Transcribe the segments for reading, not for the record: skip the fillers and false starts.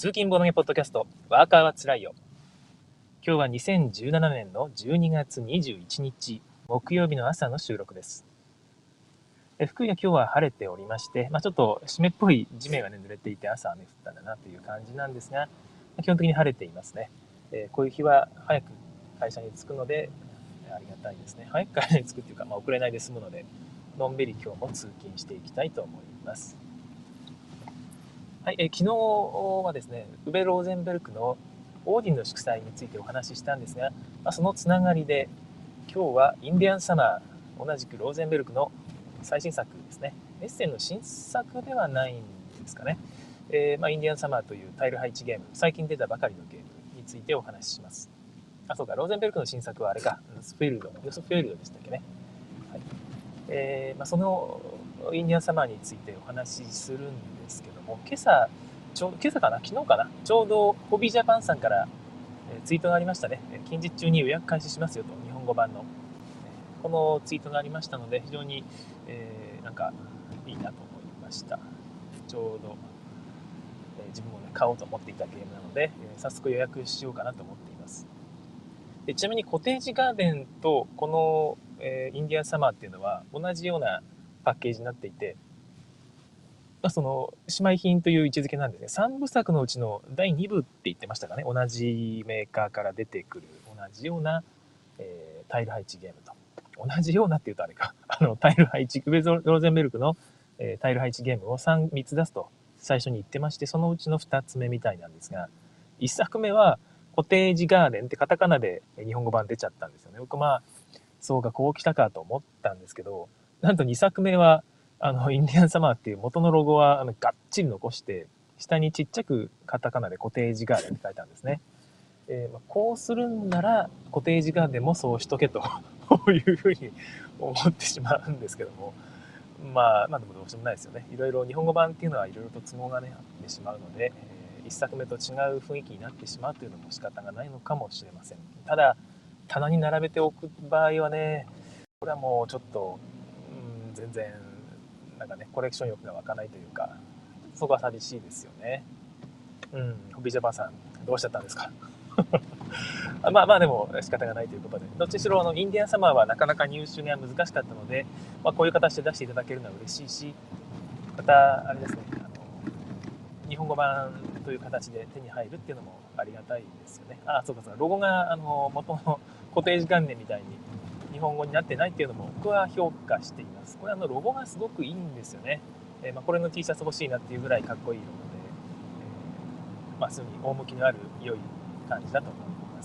通勤ボードゲポッドキャスト、ワーカーはつらいよ。今日は2017年の12月21日、木曜日の朝の収録です。福井は今日は晴れておりまして、ちょっと湿っぽい地面が濡れていて朝雨降ったんだなという感じなんですが、基本的に晴れていますね。こういう日は早く会社に着くので、ありがたいですね。早く会社に着くというか、遅れないで済むので、のんびり今日も通勤していきたいと思います。はい、昨日はですね、ウベ・ローゼンベルクのオーディンの祝祭についてお話ししたんですが、そのつながりで今日はインディアンサマー、同じくローゼンベルクの最新作ですね。エッセンの新作ではないんですかね。インディアンサマーというタイル配置ゲーム、最近出たばかりのゲームについてお話しします。そうか、ローゼンベルクの新作はあれか、ヨスフィールドでしたっけね。はい。そのインディアンサマーについてお話しするんですけども、今朝かな、昨日かな、ちょうどホビージャパンさんからツイートがありましたね。近日中に予約開始しますよと、日本語版のこのツイートがありましたので、非常に、なんかいいなと思いました。ちょうど、自分もね買おうと思っていたゲームなので、早速予約しようかなと思っています。ちなみにコテージガーデンとこの、インディアンサマーっていうのは同じようなパッケージになっていて、その姉妹品という位置づけなんですね。3部作のうちの第2部って言ってましたかね。同じメーカーから出てくる同じような、タイル配置ゲームと。同じようなって言うとあれか。タイル配置、ウベゾ・ローゼンベルクの、タイル配置ゲームを3つ出すと最初に言ってまして、そのうちの2つ目みたいなんですが、1作目はコテージガーデンってカタカナで日本語版出ちゃったんですよね。僕そうか、こう来たかと思ったんですけど、なんと2作目はインディアンサマーっていう元のロゴはがっちり残して、下にちっちゃくカタカナでコテージガーデンって書いたんですね。こうするんならコテージガーデンもそうしとけというふうに思ってしまうんですけども、でもどうしようもないですよね。いろいろ日本語版っていうのはいろいろと都合がねあってしまうので、一作目と違う雰囲気になってしまうというのも仕方がないのかもしれません。ただ棚に並べておく場合はね、これはもうちょっと、全然なんかねコレクション欲が湧かないというか、そこは寂しいですよね。ホビージャパンさんどうしちゃったんですかでも仕方がないということで、どっちにしろインディアンサマーはなかなか入手が難しかったので、こういう形で出していただけるのは嬉しいし、またあれですね、日本語版という形で手に入るっていうのもありがたいですよね。そうか、ロゴが元の固定時間年みたいに日本語になってないっていうのも僕は評価しています。これロゴがすごくいいんですよね。これの T シャツ欲しいなっていうぐらいかっこいいロゴで、すぐに趣のある良い感じだと思います。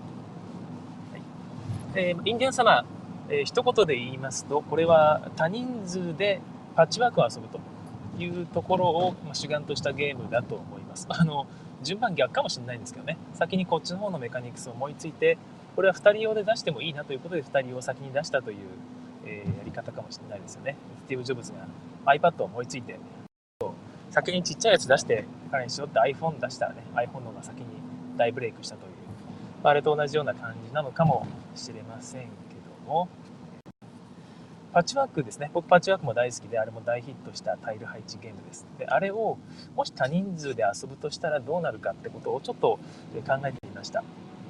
はい。インディアンサマー、一言で言いますと、これは多人数でパッチワークを遊ぶというところを主眼としたゲームだと思います。順番逆かもしれないんですけどね、先にこっちの方のメカニクスを思いついて、これは2人用で出してもいいなということで2人を先に出したという、やり方かもしれないですよね。スティーブ・ジョブズが iPad を思いついて、先にちっちゃいやつ出して彼にしようって iPhone 出したらね、iPhone の方が先に大ブレイクしたという、あれと同じような感じなのかもしれませんけども、パッチワークですね。僕パッチワークも大好きで、あれも大ヒットしたタイル配置ゲームです。で、あれをもし多人数で遊ぶとしたらどうなるかってことをちょっと考えてみました。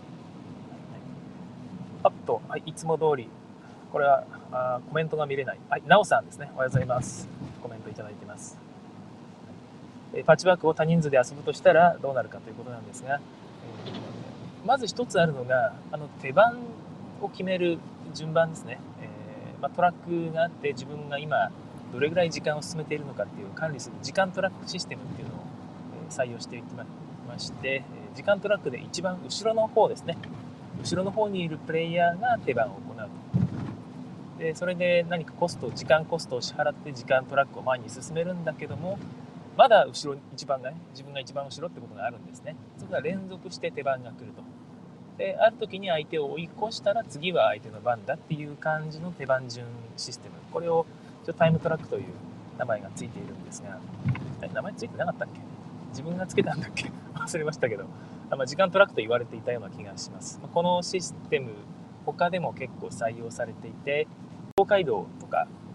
いつも通り、これはコメントが見れない。なおさんですね。おはようございます。コメントいただいてます。パッチワークを多人数で遊ぶとしたらどうなるかということなんですが、まず一つあるのが手番を決める順番ですね。トラックがあって、自分が今どれぐらい時間を進めているのかっていう管理する時間トラックシステムっていうのを採用していきまして、時間トラックで一番後ろの方ですね、後ろの方にいるプレイヤーが手番を行うと。でそれで何か時間コストを支払って時間トラックを前に進めるんだけども、まだ後ろ自分が一番後ろってことがあるんですね。それが連続して手番が来ると。である時に相手を追い越したら次は相手の番だっていう感じの手番順システム、これをタイムトラックという名前がついているんですが、名前ついてなかったっけ、自分がつけたんだっけ忘れましたけど、時間トラックと言われていたような気がします。このシステム他でも結構採用されていて、東海道とか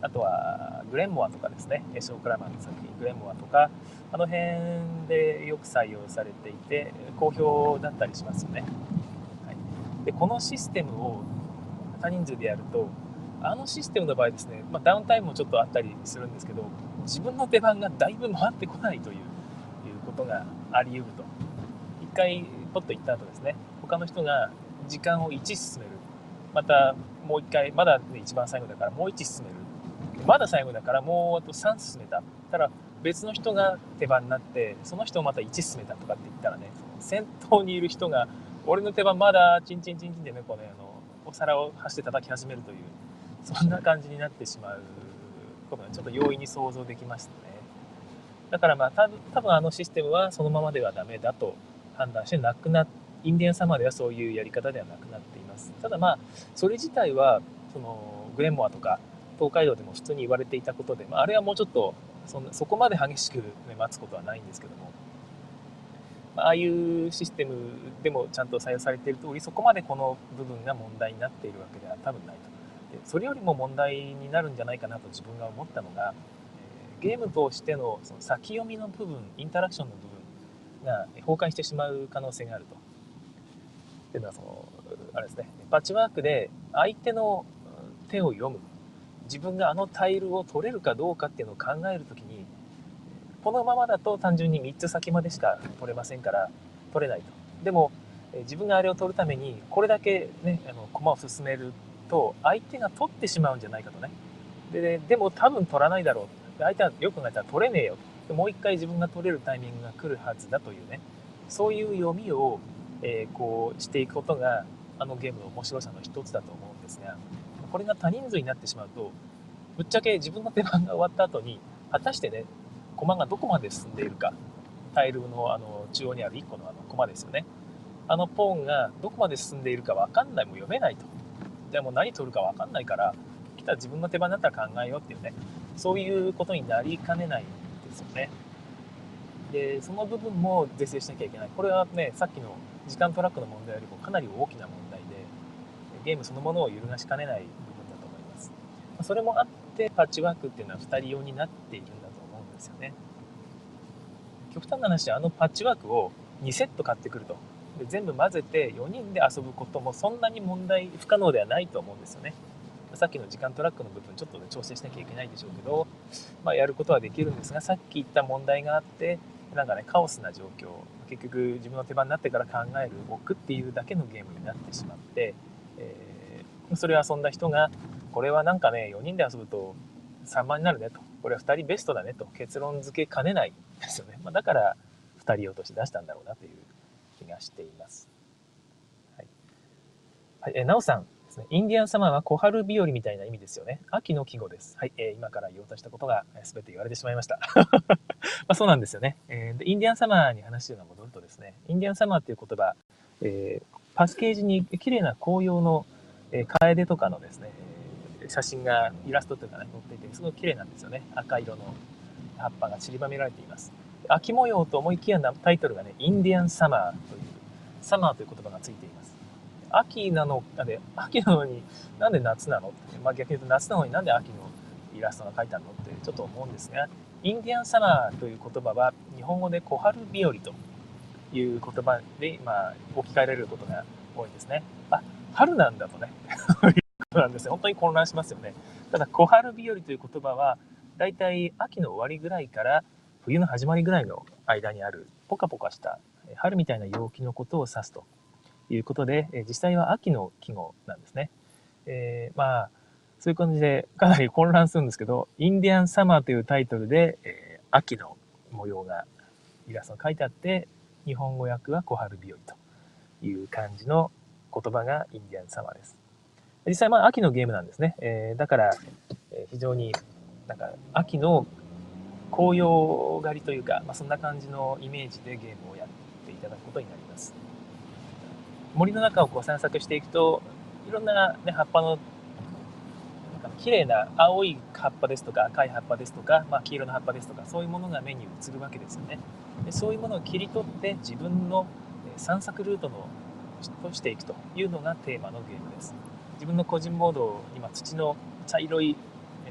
あとはグレンモアとかですね、ショークラマーの作品グレンモアとか、あの辺でよく採用されていて好評だったりしますよね。はい、でこのシステムを多人数でやると、あのシステムの場合ですね、ダウンタイムもちょっとあったりするんですけど、自分の出番がだいぶ回ってこないということがあり得ると。一回ポッと行った後ですね、他の人が時間を1進める、またもう一回、まだ、ね、一番最後だからもう1進める、まだ最後だからもうあと3進めた、ただ別の人が手番になってその人をまた1進めたとかって言ったらね、先頭にいる人が俺の手番まだチンチンチンチンでね、こうね、お皿を箸で叩き始めるという、そんな感じになってしまうことがちょっと容易に想像できましたね。だから多分あのシステムはそのままではダメだと判断してなくなっインディアンサマーではそういうやり方ではなくなっています。ただそれ自体はそのグレンモアとか東海道でも普通に言われていたことで、あれはもうちょっとそこまで激しく、ね、待つことはないんですけども、ああいうシステムでもちゃんと採用されている通り、そこまでこの部分が問題になっているわけでは多分ないと。でそれよりも問題になるんじゃないかなと自分が思ったのが、ゲームとしてのその先読みの部分、インタラクションの部分が崩壊してしまう可能性があると。っていうのはあれですね、パッチワークで相手の手を読む、自分があのタイルを取れるかどうかっていうのを考えるときに、このままだと単純に3つ先までしか取れませんから取れないと。でも自分があれを取るためにこれだけね、駒を進めると相手が取ってしまうんじゃないかとね。でも多分取らないだろう。相手はよく考えたら取れねえよ。もう一回自分が取れるタイミングが来るはずだというね、そういう読みを、こうしていくことがあのゲームの面白さの一つだと思うんですが、これが多人数になってしまうと、ぶっちゃけ自分の出番が終わった後に果たしてね、駒がどこまで進んでいるか、タイルの中央にある1個の駒ですよね、あのポーンがどこまで進んでいるか分かんない、もう読めないと。でも何取るか分かんないから、来たら自分の手番だったら考えようっていうね、そういうことになりかねないんですよね。でその部分も是正しなきゃいけない。これはね、さっきの時間トラックの問題よりもかなり大きな問題で、ゲームそのものを揺るがしかねない部分だと思います。それもあってパッチワークっていうのは2人用になっているんだと思うんですよね。極端な話、あのパッチワークを2セット買ってくると、で全部混ぜて4人で遊ぶこともそんなに問題不可能ではないと思うんですよね。さっきの時間トラックの部分ちょっと、ね、調整しなきゃいけないでしょうけど、やることはできるんですが、さっき言った問題があってなんかね、カオスな状況、結局自分の手番になってから考える僕っていうだけのゲームになってしまって、それを遊んだ人がこれはなんかね、4人で遊ぶと3万になるねと、これは2人ベストだねと結論付けかねないですよね。だから2人用として出したんだろうなという気がしています。はいはい、なおさんですね、インディアンサマーは小春日和みたいな意味ですよね。秋の季語です。はい、今から言おうとしたことが全て言われてしまいました。そうなんですよね。でインディアンサマーに話が戻るとですね、インディアンサマーっていう言葉、パッケージに綺麗な紅葉の、楓とかのですね、写真がイラストというかね、載っていてすごい綺麗なんですよね。赤色の葉っぱが散りばめられています。秋模様と思いきやタイトルがね、インディアンサマーという、サマーという言葉がついています。秋なのになんで夏なのって、逆に言うと夏なのになんで秋のイラストが描いてあるのってちょっと思うんですが、インディアンサマーという言葉は日本語で小春日和という言葉で、置き換えられることが多いんですね。春なんだとねいうことなんですね。本当に混乱しますよね。ただ小春日和という言葉はだいたい秋の終わりぐらいから冬の始まりぐらいの間にあるポカポカした春みたいな陽気のことを指すということで、実際は秋の季語なんですね。そういう感じでかなり混乱するんですけど、インディアンサマーというタイトルで、秋の模様がイラストが書いてあって、日本語訳は小春日和という感じの言葉がインディアンサマーです。実際秋のゲームなんですね。だから、非常になんか秋の紅葉狩りというか、そんな感じのイメージでゲームをやっていただくことになります。森の中をこう散策していくと、いろんな、ね、葉っぱの綺麗な青い葉っぱですとか赤い葉っぱですとか、黄色の葉っぱですとか、そういうものが目に映るわけですよね。でそういうものを切り取って自分の散策ルートとしていくというのがテーマのゲームです。自分の個人ボードを今土の茶色い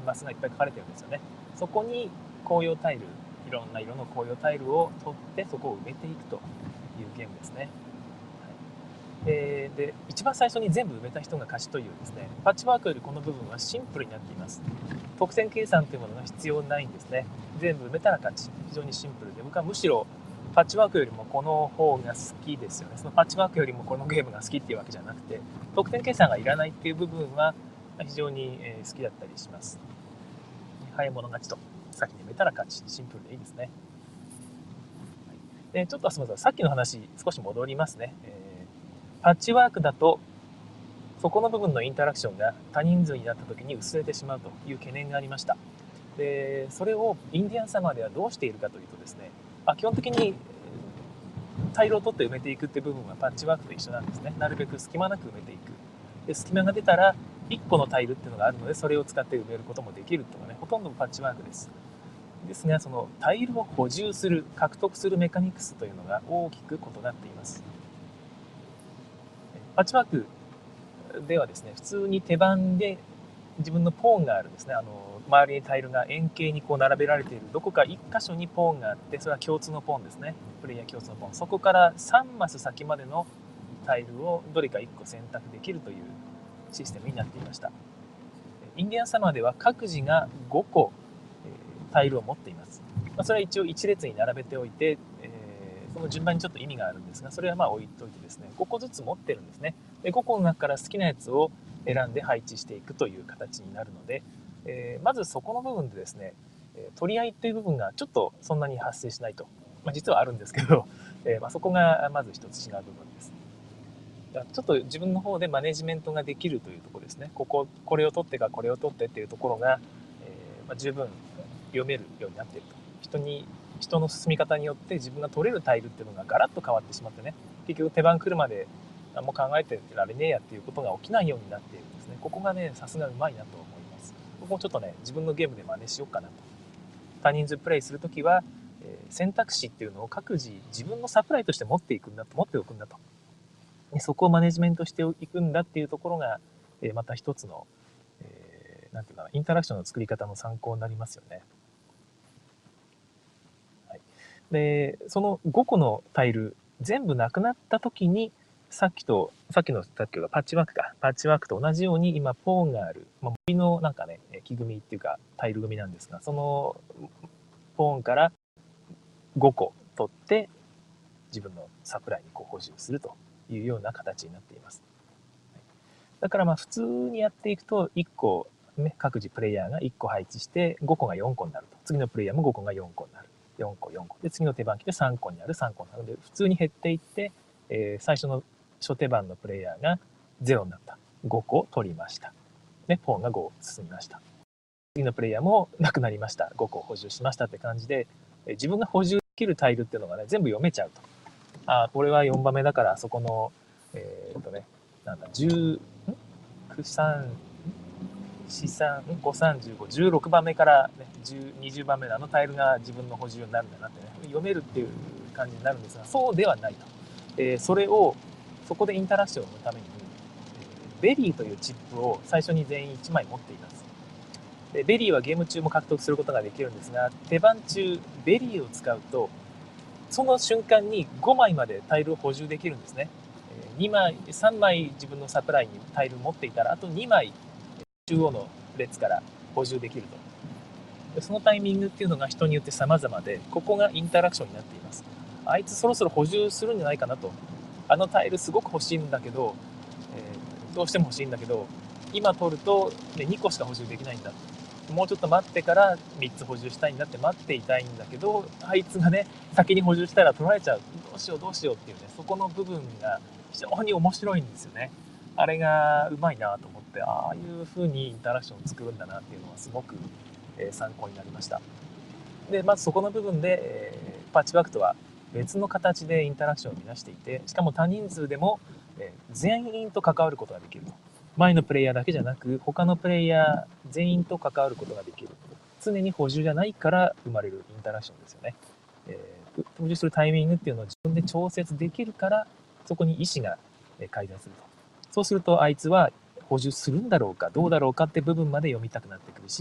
マスがいっぱい書かれてるんですよね。そこに紅葉タイル、いろんな色の紅葉タイルを取ってそこを埋めていくというゲームですね。で一番最初に全部埋めた人が勝ちというですね、パッチワークよりこの部分はシンプルになっています。得点計算というものが必要ないんですね。全部埋めたら勝ち。非常にシンプルで、僕はむしろパッチワークよりもこの方が好きですよね。そのパッチワークよりもこのゲームが好きっていうわけじゃなくて、得点計算がいらないっていう部分は非常に好きだったりします。早い者勝ちと、先に埋めたら勝ち、シンプルでいいですね。でちょっとすみません、さっきの話少し戻りますね。パッチワークだとそこの部分のインタラクションが多人数になった時に薄れてしまうという懸念がありました。でそれをインディアンサマーではどうしているかというとですね、基本的にタイルを取って埋めていくっていう部分はパッチワークと一緒なんですね。なるべく隙間なく埋めていく。で隙間が出たら1個のタイルっていうのがあるので、それを使って埋めることもできるっていうのはね、ほとんどパッチワークです。ですが、そのタイルを補充する、獲得するメカニクスというのが大きく異なっています。パッチワークではですね、普通に手番で自分のポーンがあるんですね。周りにタイルが円形にこう並べられているどこか1箇所にポーンがあって、それは共通のポーンですね。プレイヤー共通のポーン。そこから3マス先までのタイルをどれか1個選択できるというシステムになっていました。インディアンサマーでは各自が5個タイルを持っています。それは一応1列に並べておいて、その順番にちょっと意味があるんですが、それはまあ置いといてですね、5個ずつ持ってるんですね。で5個の中から好きなやつを選んで配置していくという形になるので、まずそこの部分でですね、取り合いという部分がちょっとそんなに発生しないと、実はあるんですけど、そこがまず一つ違う部分です。ちょっと自分の方でマネジメントができるというところですね。これを取ってかこれを取ってっていうところが、十分読めるようになっていると。人の進み方によって自分が取れるタイルっていうのがガラッと変わってしまってね、結局手番来るまで何も考えてられねえやっていうことが起きないようになっているんですね。ここがね、さすがうまいなと思います。僕もちょっとね、自分のゲームで真似しようかなと。多人数プレイするときは、選択肢っていうのを各自自分のサプライとして持っておくんだと。そこをマネジメントしていくんだっていうところが、また一つの、なんていうかな、インタラクションの作り方の参考になりますよね。はい、でその5個のタイル全部なくなった時にさっきのパッチワークと同じように今ポーンがある、森のなんかね木組みっていうかタイル組みなんですが、そのポーンから5個取って自分のサプライにこう補充するというような形になっています。だから普通にやっていくと1個、ね、各自プレイヤーが1個配置して5個が4個になると、次のプレイヤーも5個が4個になる、4個で次の手番来て3個になるので普通に減っていって、最初の初手番のプレイヤーが0になった、5個取りました、ね、ポーンが5進みました、次のプレイヤーもなくなりました、5個補充しましたって感じで、自分が補充できるタイルっていうのがね全部読めちゃうと。これは4番目だから、そこのなんだ10 3 4 3 5 3 15 16番目から、ね、20番目のタイルが自分の補充になるんだなってね、読めるっていう感じになるんですが、そうではないと。そこでインタラクションのために、ベリーというチップを最初に全員1枚持っています。でベリーはゲーム中も獲得することができるんですが、手番中ベリーを使うとその瞬間に5枚までタイルを補充できるんですね。3枚自分のサプライにタイルを持っていたら、あと2枚中央の列から補充できると。そのタイミングっていうのが人によって様々で、ここがインタラクションになっています。あいつそろそろ補充するんじゃないかなと。あのタイルすごく欲しいんだけど、どうしても欲しいんだけど、今取ると、2個しか補充できないんだ。もうちょっと待ってから3つ補充したいんだって待っていたいんだけど、あいつがね先に補充したら取られちゃう、どうしようっていうね、そこの部分が非常に面白いんですよね。あれがうまいなと思って、ああいう風にインタラクションを作るんだなっていうのはすごく参考になりました。でまずそこの部分で、パッチワークとは別の形でインタラクションを生み出していて、しかも多人数でも全員と関わることができると。前のプレイヤーだけじゃなく他のプレイヤー全員と関わることができる。常に補充じゃないから生まれるインタラクションですよね。補充するタイミングっていうのを自分で調節できるから、そこに意思が介在すると。そうするとあいつは補充するんだろうかどうだろうかって部分まで読みたくなってくるし、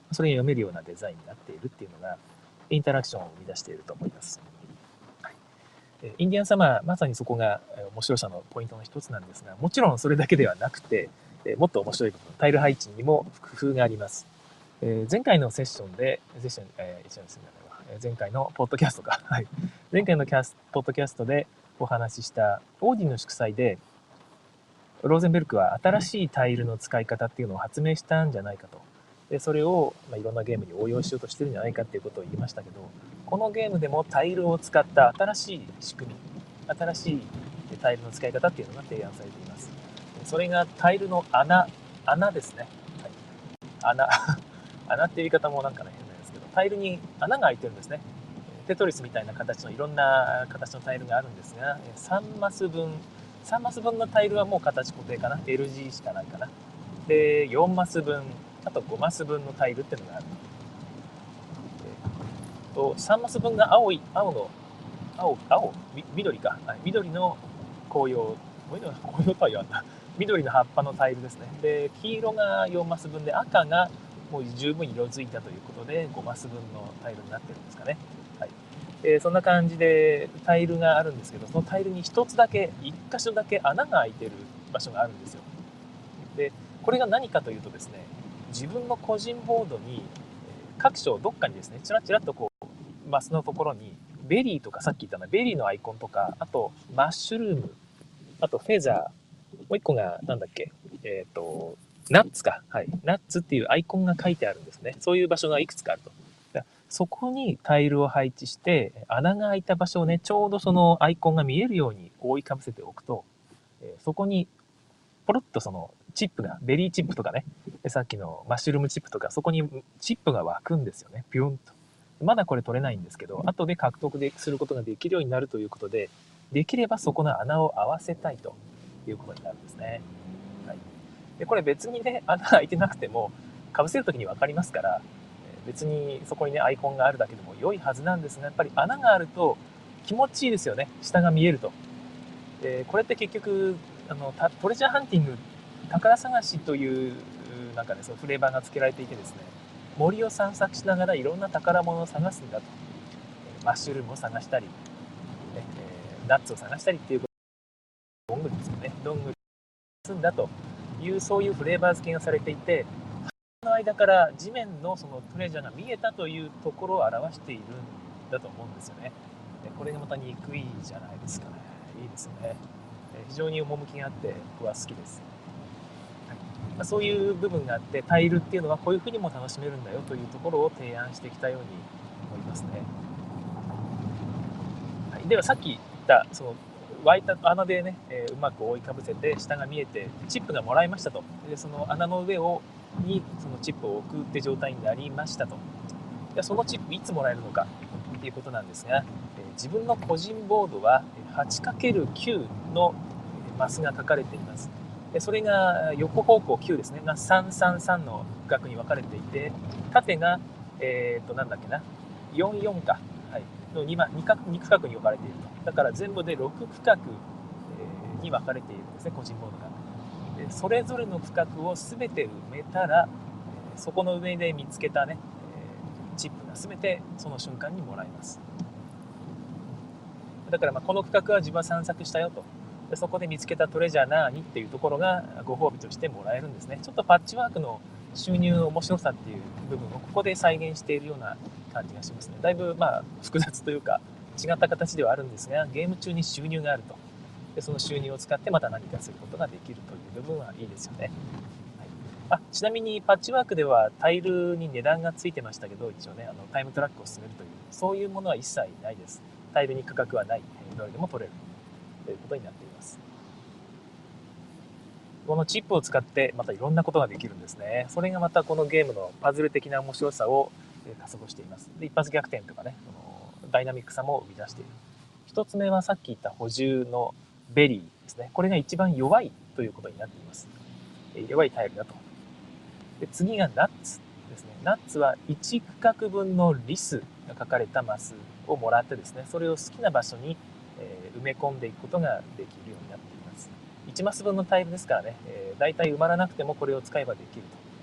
それが読めるようなデザインになっているっていうのが、インタラクションを生み出していると思います。インディアンサマー、まさにそこが面白さのポイントの一つなんですが、もちろんそれだけではなくて、もっと面白いこと、タイル配置にも工夫があります。前回のセッションで、前回のポッドキャストか、はい、前回のポッドキャストでお話ししたオーディンの祝祭で、ローゼンベルクは新しいタイルの使い方っていうのを発明したんじゃないかと。でそれを、いろんなゲームに応用しようとしてるんじゃないかっていうことを言いましたけど、このゲームでもタイルを使った新しい仕組み、新しいタイルの使い方っていうのが提案されています。それがタイルの穴ですね。はい、穴っていう言い方もなんかね、変なんですけど、タイルに穴が開いてるんですね。テトリスみたいな形のいろんな形のタイルがあるんですが、3マス分のタイルはもう形固定かな。L 字しかないかな。で、4マス分、あと5マス分のタイルっていうのがある。3マス分が緑か。緑の紅葉とは言わんな。緑の葉っぱのタイルですね。で、黄色が4マス分で、赤がもう十分色づいたということで、5マス分のタイルになってるんですかね。はい。そんな感じでタイルがあるんですけど、そのタイルに1つだけ、1箇所だけ穴が開いてる場所があるんですよ。で、これが何かというとですね、自分の個人ボードに各所どっかにですね、ちらちらっとこうマスのところにベリーとか、さっき言ったのベリーのアイコンとか、あとマッシュルーム、あとフェザー、もう一個がなんだっけ、ナッツか、はい、ナッツっていうアイコンが書いてあるんですね。そういう場所がいくつかあると。そこにタイルを配置して、穴が開いた場所をね、ちょうどそのアイコンが見えるように覆いかぶせておくと、そこにポロッとそのチップが、ベリーチップとかね、さっきのマッシュルームチップとか、そこにチップが湧くんですよね、ピュンと。まだこれ取れないんですけど、後で獲得することができるようになるということで、できればそこの穴を合わせたいということになるんですね。はい、でこれ別にね、穴が開いてなくても、かぶせるときに分かりますから、別にそこにね、アイコンがあるだけでも良いはずなんですが、やっぱり穴があると気持ちいいですよね、下が見えると。これって結局トレジャーハンティング、宝探しというなんかね、そのフレーバーが付けられていてですね、森を散策しながらいろんな宝物を探すんだと、マッシュルームを探したり、ナッツを探したりっていうどんぐりですよね、どんぐりを探すんだという、そういうフレーバー付けがされていて、の間から地面のそのトレジャーが見えたというところを表しているんだと思うんですよね。これがまた憎いじゃないですかね。いいですよね。非常に趣があって僕は好きです。はい、そういう部分があって、タイルっていうのはこういうふうにも楽しめるんだよというところを提案してきたように思いますね。はい、ではさっき言ったその湧いた穴でね、うまく覆いかぶせて下が見えてチップがもらいましたと。でその穴の上にそのチップを置くって状態になりましたと。でそのチップいつもらえるのかっていうことなんですが、自分の個人ボードは 8×9 のマスが書かれています。でそれが横方向9ですねが333の区画に分かれていて、縦がなんだっけな、44か、はい、の 2区画に分かれていると。だから全部で6区画に分かれているんですね、個人ボードが。でそれぞれの区画を全て埋めたら、そこの上で見つけたね、チップが全てその瞬間にもらえます。だからこの区画は自分は散策したよと。でそこで見つけたトレジャー何っていうところがご褒美としてもらえるんですね。ちょっとパッチワークの収入の面白さっていう部分をここで再現しているような感じがしますね。だいぶ複雑というか違った形ではあるんですが、ゲーム中に収入があると。でその収入を使ってまた何かすることができるという部分はいいですよね。ちなみにパッチワークではタイルに値段がついてましたけど、一応ね、タイムトラックを進めるという、そういうものは一切ないです。タイルに価格はない、どれでも取れるということになっています。このチップを使ってまたいろんなことができるんですね。それがまたこのゲームのパズル的な面白さを加速しています。で、一発逆転とかね、ダイナミックさも生み出している。一つ目はさっき言った補充のベリーですね。これが一番弱いということになっています。弱いタイルだと。で次がナッツですね。ナッツは1区画分のリスが書かれたマスをもらってですね、それを好きな場所に埋め込んでいくことができるようになっています。1マス分のタイルですからね、だいたい埋まらなくてもこれを使えばできると。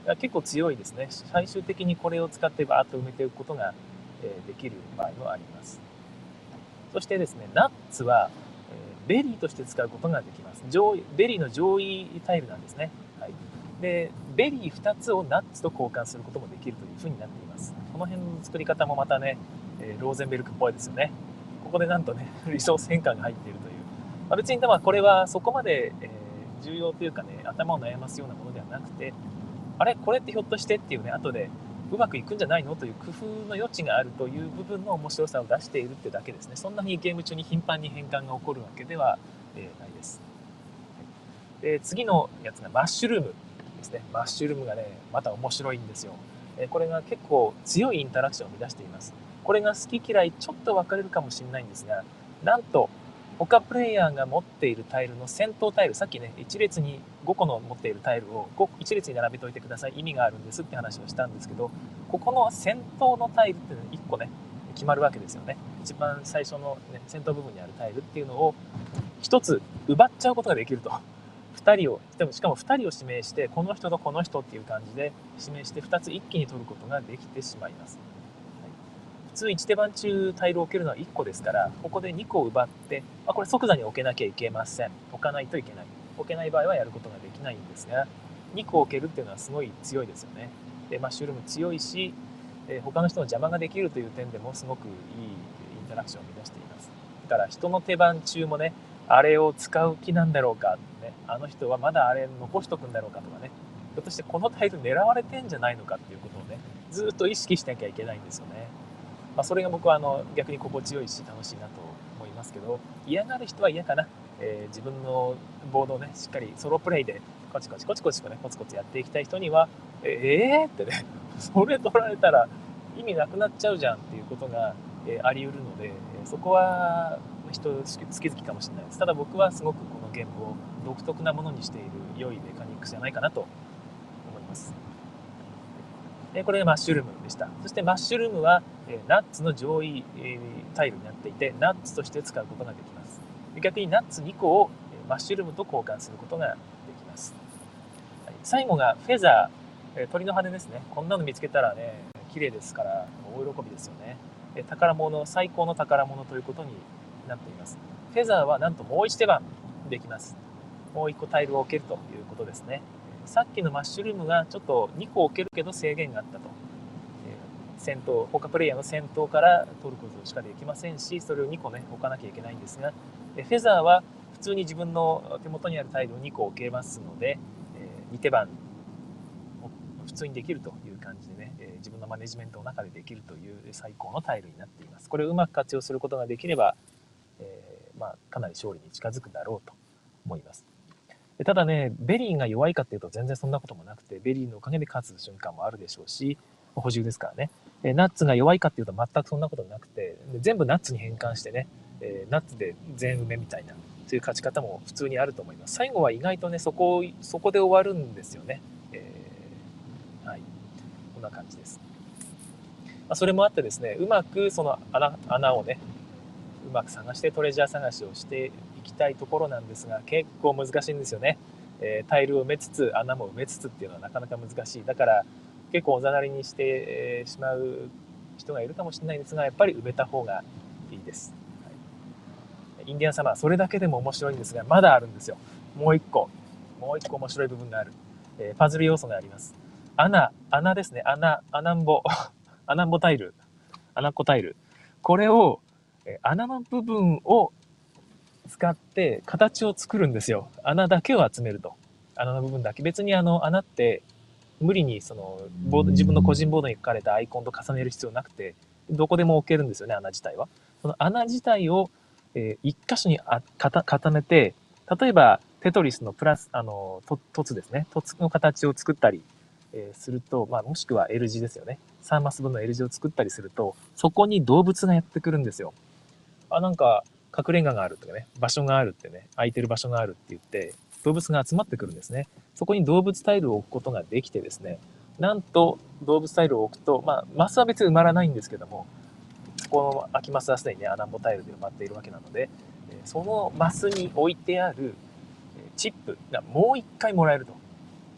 が結構強いですね。最終的にこれを使ってバーッと埋めていくことができる場合もあります。そしてですね、ナッツはベリーとして使うことができます。ベリーの上位タイルなんですね。はい、でベリー2つをナッツと交換することもできるというふうになっています。この辺の作り方もまたね、ローゼンベルクっぽいですよね。ここでなんとね、リソース変換が入っているという。別にこれはそこまで、重要というかね、頭を悩ますようなものではなくて、あれこれってひょっとしてっていうね、後でうまくいくんじゃないのという工夫の余地があるという部分の面白さを出しているってだけですね。そんなにゲーム中に頻繁に変換が起こるわけでは、ないです。で次のやつがマッシュルームですね。マッシュルームがね、また面白いんですよ。これが結構強いインタラクションを生み出しています。これが好き嫌いちょっと分かれるかもしれないんですが、なんと他プレイヤーが持っているタイルの先頭タイル、さっきね、1列に5個の持っているタイルを1列に並べておいてください、意味があるんですって話をしたんですけど、ここの先頭のタイルっていうのが1個ね、決まるわけですよね。一番最初の、ね、先頭部分にあるタイルっていうのを1つ奪っちゃうことができると。2人を、しかも2人を指名して、この人とこの人っていう感じで指名して2つ一気に取ることができてしまいます。普通1手番中タイルを置けるのは1個ですから、ここで2個奪って、これ即座に置けなきゃいけません。置かないといけない。置けない場合はやることができないんですが、2個置けるっていうのはすごい強いですよね。で、マッシュルーム強いし、他の人の邪魔ができるという点でもすごくいいインタラクションを生み出しています。だから人の手番中もね、あれを使う気なんだろうか、ね、あの人はまだあれ残しとくんだろうかとかね、ひょっとしてこのタイル狙われてんじゃないのかっていうことをね、ずっと意識しなきゃいけないんですよね。それが僕は逆に心地よいし楽しいなと思いますけど、嫌がる人は嫌かな。自分のボードをね、しっかりソロプレイでコチコチコチコチね、コツコツやっていきたい人には、ってね、それ取られたら意味なくなっちゃうじゃんっていうことが、あり得るので、そこは人好き好きかもしれないです。ただ僕はすごくこのゲームを独特なものにしている良いメカニックスじゃないかなと思います。これがマッシュルームでした。そしてマッシュルームはナッツの上位タイルになっていて、ナッツとして使うことができます。逆にナッツ2個をマッシュルームと交換することができます。最後がフェザー、鳥の羽ですね。こんなの見つけたらね、綺麗ですから大喜びですよね。宝物、最高の宝物ということになっています。フェザーはなんともう1手番できます。もう1個タイルを置けるということですね。さっきのマッシュルームがちょっと2個置けるけど制限があったと。先頭、他プレイヤーの先頭から取ることしかできませんし、それを2個ね、置かなきゃいけないんですが、フェザーは普通に自分の手元にあるタイルを2個置けますので、2手番普通にできるという感じでね、自分のマネジメントの中でできるという最高のタイルになっています。これをうまく活用することができれば、かなり勝利に近づくだろうと思います。ただね、ベリーが弱いかっていうと全然そんなこともなくて、ベリーのおかげで勝つ瞬間もあるでしょうし、補充ですからね。ナッツが弱いかっていうと全くそんなことなくて、全部ナッツに変換してね、ナッツで全埋めみたいな、そういう勝ち方も普通にあると思います。最後は意外とね、そこで終わるんですよね。はい。こんな感じです。それもあってですね、うまくその穴をね、うまく探してトレジャー探しをしていきたいところなんですが、結構難しいんですよね。タイルを埋めつつ穴も埋めつつっていうのはなかなか難しい。だから結構おざなりにしてしまう人がいるかもしれないんですが、やっぱり埋めた方がいいです。はい、インディアンサマー、それだけでも面白いんですが、まだあるんですよ。もう一個面白い部分がある。パズル要素があります。穴ですね。穴んぼ穴んぼタイル、穴っこタイル。これを穴の部分を使って形を作るんですよ。穴だけを集めると。穴の部分だけ。別に穴って無理にその自分の個人ボードに書かれたアイコンと重ねる必要なくて、どこでも置けるんですよね、穴自体は。その穴自体を、一箇所に固めて、例えばテトリスのプラス、凸ですね。凸の形を作ったり、すると、もしくは L 字ですよね。3マス分の L 字を作ったりすると、そこに動物がやってくるんですよ。なんか、隠れ家があるとかね、場所があるってね、空いてる場所があるって言って、動物が集まってくるんですね。そこに動物タイルを置くことができてですね、なんと動物タイルを置くと、マスは別に埋まらないんですけども、この空きマスはすでにね、穴んぼタイルで埋まっているわけなので、そのマスに置いてあるチップがもう一回もらえると。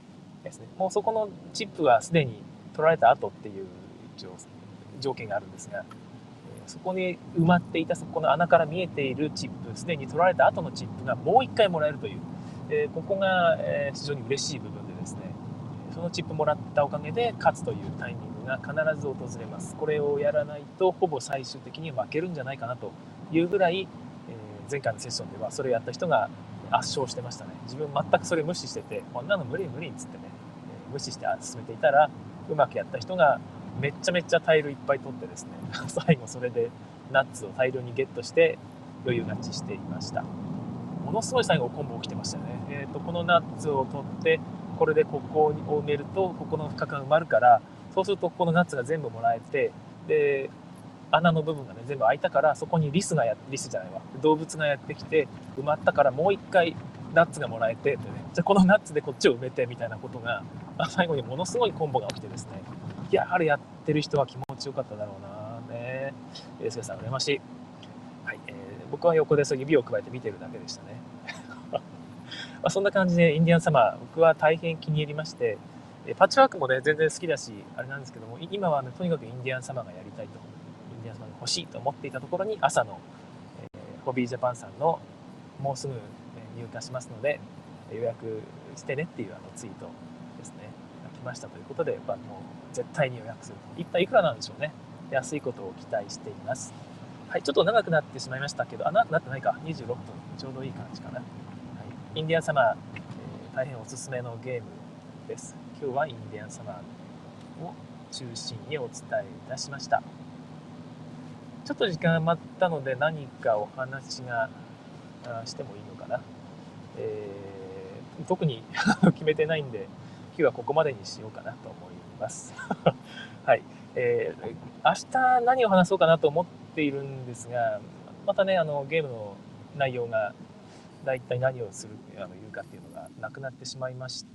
ですね。もうそこのチップはすでに取られた後っていう条件があるんですが、そこに埋まっていたそこの穴から見えているチップ、すでに取られた後のチップがもう1回もらえるという、ここが非常に嬉しい部分でですね、そのチップもらったおかげで勝つというタイミングが必ず訪れます。これをやらないとほぼ最終的に負けるんじゃないかなというぐらい、前回のセッションではそれをやった人が圧勝してましたね。自分全くそれ無視してて、こんなの無理無理っつってね、無視して進めていたら、うまくやった人がめっちゃタイルいっぱい取ってですね、最後それでナッツを大量にゲットして余裕勝ちしていました。ものすごい最後コンボ起きてましたよね。このナッツを取ってこれでここを埋めるとここの区画が埋まるから、そうするとここのナッツが全部もらえて、で穴の部分がね全部開いたから、そこにリスじゃないわ、動物がやってきて埋まったからもう一回ナッツがもらえて、でね、じゃあこのナッツでこっちを埋めてみたいなことが最後にものすごいコンボが起きてですね、いやあれやってる人は気持ちよかっただろうなね。すけさん羨ましい。はい、僕は横でそう指を加えて見てるだけでしたね。そんな感じでインディアンサマー僕は大変気に入りまして、パッチワークもね全然好きだしあれなんですけども、今はねとにかくインディアンサマーがやりたいと、インディアンサマーが欲しいと思っていたところに朝の、ホビージャパンさんのもうすぐ入荷しますので予約してねっていうツイートですねが来ましたということで、もう絶対に予約する。一体いくらなんでしょうね。安いことを期待しています。はい、ちょっと長くなってしまいましたけど、長くなってないか、26分、ちょうどいい感じかな。はい、インディアンサマー、大変おすすめのゲームです。今日はインディアンサマーを中心にお伝えいたしました。ちょっと時間が余ったので何かお話がしてもいいのかな。特に決めてないんで、今日はここまでにしようかなと思います。はい。明日何を話そうかなと思っているんですが、またね、ゲームの内容が大体何をする言うかっていうのがなくなってしまいまして、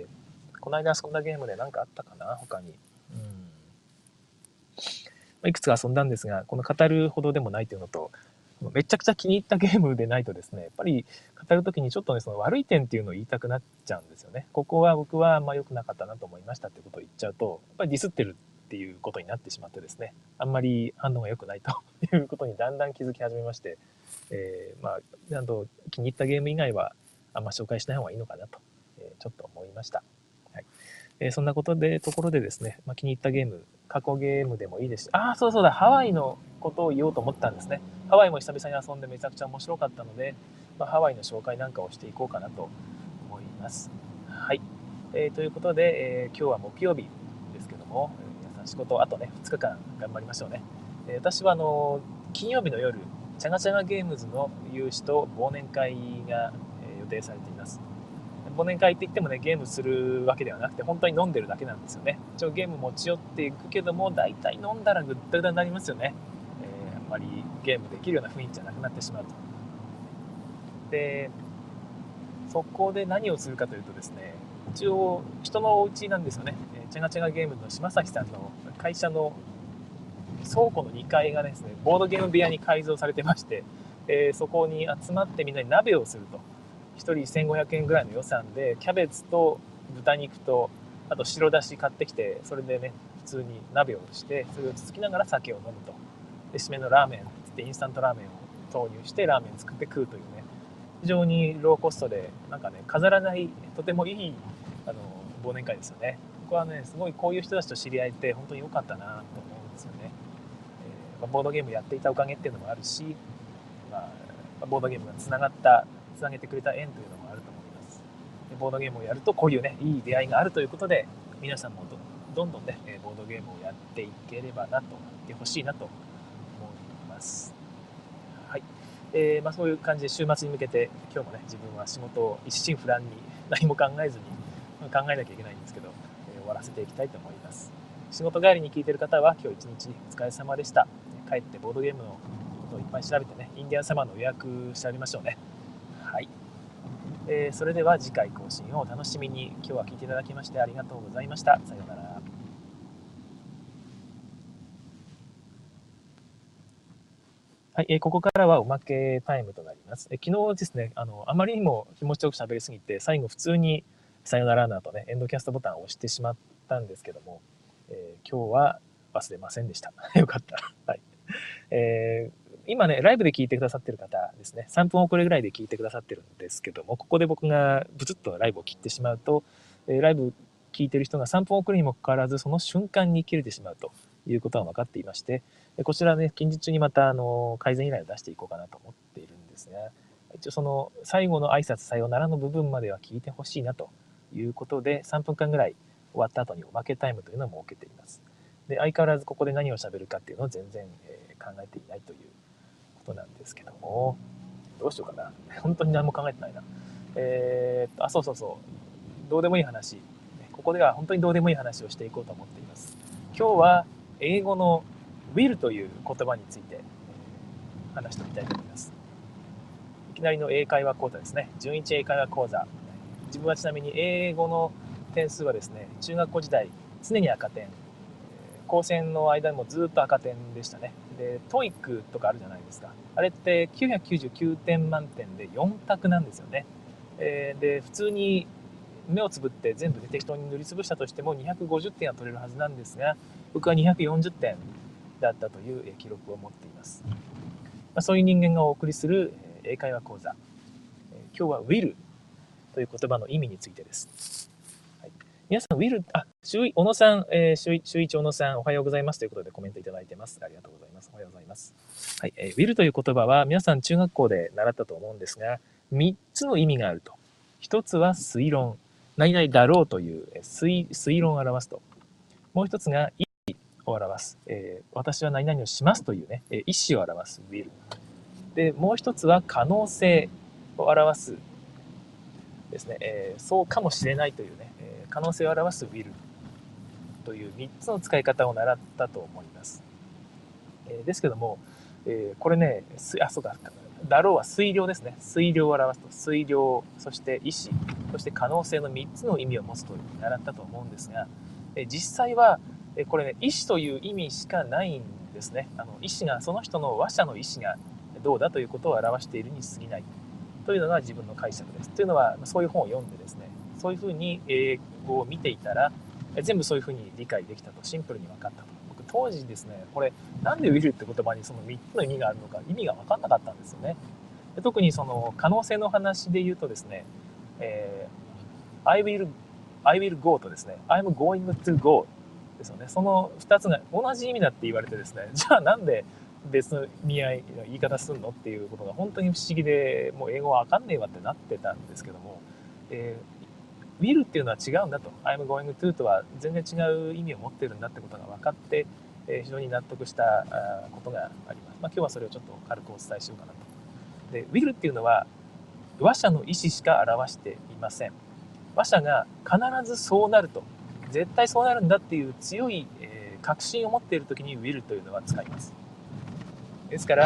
この間遊んだゲームで何かあったかな、他に。いくつか遊んだんですが、この語るほどでもないというのと、めちゃくちゃ気に入ったゲームでないとですね、やっぱり語るときにちょっとね、その悪い点っていうのを言いたくなっちゃうんですよね。ここは僕はあんま良くなかったなと思いましたってことを言っちゃうと、やっぱりディスってるっていうことになってしまってですね、あんまり反応が良くないということにだんだん気づき始めまして、なんと気に入ったゲーム以外はあんま紹介しない方がいいのかなと、ちょっと思いました。はい。そんなところでですね、気に入ったゲーム、過去ゲームでもいいですし、そうだ、ハワイのことを言おうと思ったんですね。ハワイも久々に遊んでめちゃくちゃ面白かったので、ハワイの紹介なんかをしていこうかなと思います。はい。ということで、今日は木曜日ですけども、皆さん仕事、あとね、2日間頑張りましょうね。私は金曜日の夜、チャガチャガゲームズの有志と忘年会が予定されています。忘年会って言ってもね、ゲームするわけではなくて、本当に飲んでるだけなんですよね。一応ゲーム持ち寄っていくけども、大体飲んだらぐったぐたになりますよね。あんまりゲームできるような雰囲気じゃなくなってしまうと。で、そこで何をするかというとですね、一応人のお家なんですよね。チャガチャガゲームの島崎さんの会社の倉庫の2階がですね、ボードゲーム部屋に改造されてまして、そこに集まってみんなに鍋をすると。1人1500円ぐらいの予算でキャベツと豚肉とあと白だし買ってきて、それでね普通に鍋をしてそれをつつきながら酒を飲むと。で締めのラーメンってインスタントラーメンを投入してラーメン作って食うというね、非常にローコストでなんかね飾らないとてもいい忘年会ですよね。僕はねすごいこういう人たちと知り合えて本当に良かったなと思うんですよね。ボードゲームやっていたおかげっていうのもあるし、ボードゲームがつなげてくれた縁というのもあると思います。ボードゲームをやるとこういうねいい出会いがあるということで、皆さんもどんどんねボードゲームをやっていければなと、やってほしいなと思います。はい。そういう感じで週末に向けて今日もね自分は仕事を一心不乱に何も考えずに考えなきゃいけないんですけど、終わらせていきたいと思います。仕事帰りに聞いてる方は今日一日お疲れ様でした。帰ってボードゲームのことをいっぱい調べてね、インディアンサマーの予約してありましょうね。はい。それでは次回更新をお楽しみに。今日は聞いていただきましてありがとうございました。さようなら。はい、ここからはおまけタイムとなります。昨日ですね、あまりにも気持ちよく喋りすぎて、最後普通にさよならの後ね、エンドキャストボタンを押してしまったんですけども、今日は忘れませんでした。よかった。はい。今ね、ライブで聞いてくださってる方ですね、3分遅れぐらいで聞いてくださってるんですけども、ここで僕がブツッとライブを切ってしまうと、ライブ聞いてる人が3分遅れにもかかわらず、その瞬間に切れてしまうということは分かっていまして、こちらね、近日中にまた改善依頼を出していこうかなと思っているんですが、一応その最後の挨拶さよならの部分までは聞いてほしいなということで、3分間ぐらい終わった後におまけタイムというのを設けています。で、相変わらずここで何を喋るかっていうのを全然、考えていないということなんですけども、どうしようかな。本当に何も考えてないな。そうそうそう。どうでもいい話。ここでは本当にどうでもいい話をしていこうと思っています。今日は英語の will という言葉について話してみたいと思います。いきなりの英会話講座ですね。準一英会話講座。自分はちなみに英語の点数はですね、中学校時代常に赤点。高専の間もずっと赤点でしたね。で、トイックとかあるじゃないですか。あれって999点満点で4択なんですよね。で、普通に目をつぶって全部で適当に塗りつぶしたとしても250点は取れるはずなんですが、僕は240点だったという記録を持っています。そういう人間がお送りする英会話講座。今日は will という言葉の意味についてです。はい、皆さん、will、小野さん、周一小野さん、おはようございますということでコメントいただいてます。ありがとうございます。おはようございます。はい、will という言葉は皆さん中学校で習ったと思うんですが、3つの意味があると。1つは推論。何々だろうという推論を表すと。もう1つが意思を表す。私は何々をしますというね、意思を表す will。で、もう1つは可能性を表すですね、そうかもしれないというね、可能性を表す will という3つの使い方を習ったと思います。ですけども、これね、そうか、だろうは推量ですね。推量を表すと、推量、そして意思、そして可能性の3つの意味を持つというふうに習ったと思うんですが、実際は、これね、意思という意味しかないんですね。意思が、その人の話者の意思がどうだということを表しているに過ぎないというのが自分の解釈です。というのは、そういう本を読んでですね、そういうふうに英語を見ていたら、全部そういうふうに理解できたと、シンプルに分かったと。僕当時ですね、これなんでウィルって言葉にその3つの意味があるのか意味が分かんなかったんですよね。で、特にその可能性の話で言うとですね、I will go とですね、I'm going to go ですよね。その2つが同じ意味だって言われてですね、じゃあなんで別の意味合いの言い方すんのっていうことが本当に不思議で、もう英語わかんねえわってなってたんですけども、will っていうのは違うんだと、I'm going to とは全然違う意味を持ってるんだってことが分かって、非常に納得したことがあります。今日はそれをちょっと軽くお伝えしようかなと。で、will っていうのは話者の意思しか表していません。話者が必ずそうなると、絶対そうなるんだっていう強い、確信を持っているときに will というのは使います。ですから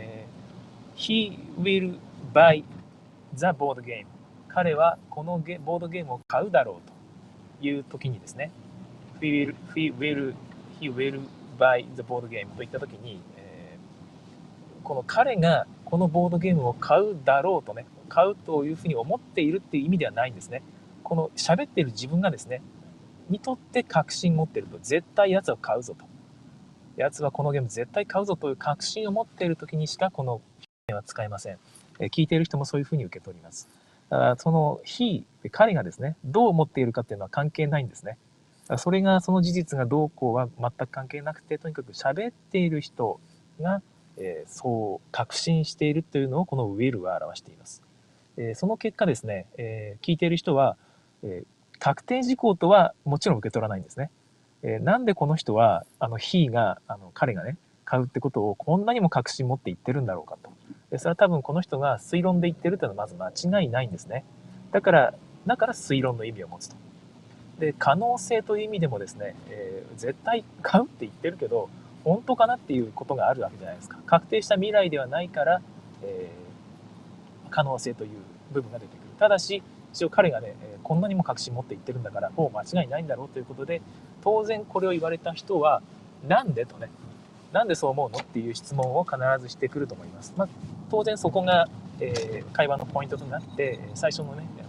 、He will buy the board game。彼はこのボードゲームを買うだろうという時にですね、He will buy the board game といった時に、この彼がこのボードゲームを買うだろうとね、買うというふうに思っているっていう意味ではないんですね。この喋っている自分がですね、にとって確信持っていると、絶対奴は買うぞと。奴はこのゲーム絶対買うぞという確信を持っている時にしかこの表現は使えません。聞いている人もそういうふうに受け取ります。だからその彼がですね、どう思っているかっていうのは関係ないんですね。それがその事実がどうこうは全く関係なくて、とにかく喋っている人が、そう確信しているというのをこの will は表しています。その結果ですね、聞いている人は、確定事項とはもちろん受け取らないんですね。なんでこの人は彼がね買うってことをこんなにも確信持って言ってるんだろうかと。それは多分この人が推論で言ってるというのはまず間違いないんですね。だから推論の意味を持つと。で、可能性という意味でもですね、絶対買うって言ってるけど本当かなっていうことがあるわけじゃないですか。確定した未来ではないから、可能性という部分が出てくる。ただし一応彼がね、こんなにも確信持って言ってるんだからもう間違いないんだろうということで、当然これを言われた人はなんでとね、なんでそう思うのっていう質問を必ずしてくると思います。当然そこが、会話のポイントとなって最初のね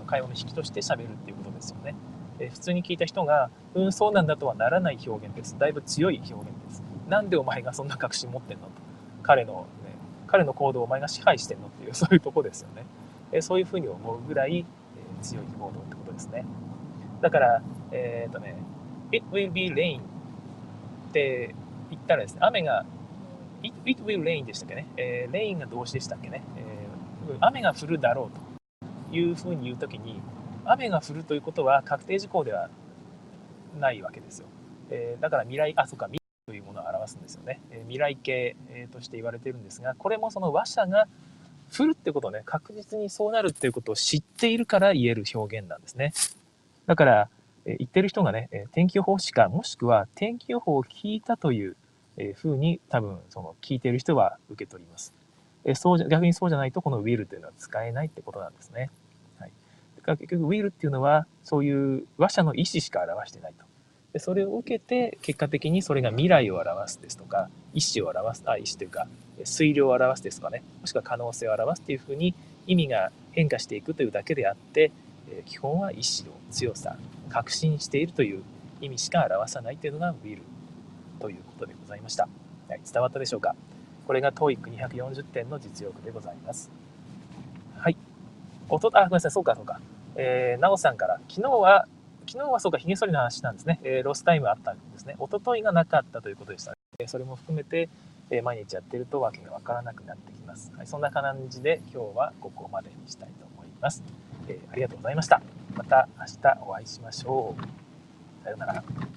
会話の引きとして喋るっていうことですよね。普通に聞いた人がそうなんだとはならない表現です。だいぶ強い表現です。なんでお前がそんな確信持ってんのと、彼の行動をお前が支配してんのっていう、そういうとこですよね。そういうふうに思うぐらい、強い行動ってことですね。だからIt will be rain って言ったらですね、雨がIt will rain でしたっけね、rain が動詞でしたっけね、雨が降るだろうというふうに言うときに、雨が降るということは確定事項ではないわけですよ。だから未来、そうか、未来というものを表すんですよね。未来形、として言われているんですが、これもその話者が降るってことをね、確実にそうなるっていうことを知っているから言える表現なんですね。だから、言ってる人がね、天気予報士か、もしくは天気予報を聞いたというふうに多分その聞いている人は受け取ります。逆にそうじゃないとこの will というのは使えないってことなんですね。はい、だから結局 will っていうのはそういう話者の意思しか表してないと。でそれを受けて結果的にそれが未来を表すですとか意思を表す意思というか推量を表すですとかね、もしくは可能性を表すっていうふうに意味が変化していくというだけであって、基本は意志の強さ、確信しているという意味しか表さないというのが will ということでございました。はい、伝わったでしょうか。これが TOEIC240 点の実力でございます。はい。ごめんなさい、そうか。なおさんから、昨日はそうか、髭剃りの話なんですね。ロスタイムあったんですね。一昨日がなかったということでした、ね。それも含めて、毎日やってるとわけがわからなくなってきます。はい、そんな感じで今日はここまでにしたいと思います。ありがとうございました。また明日お会いしましょう。さようなら。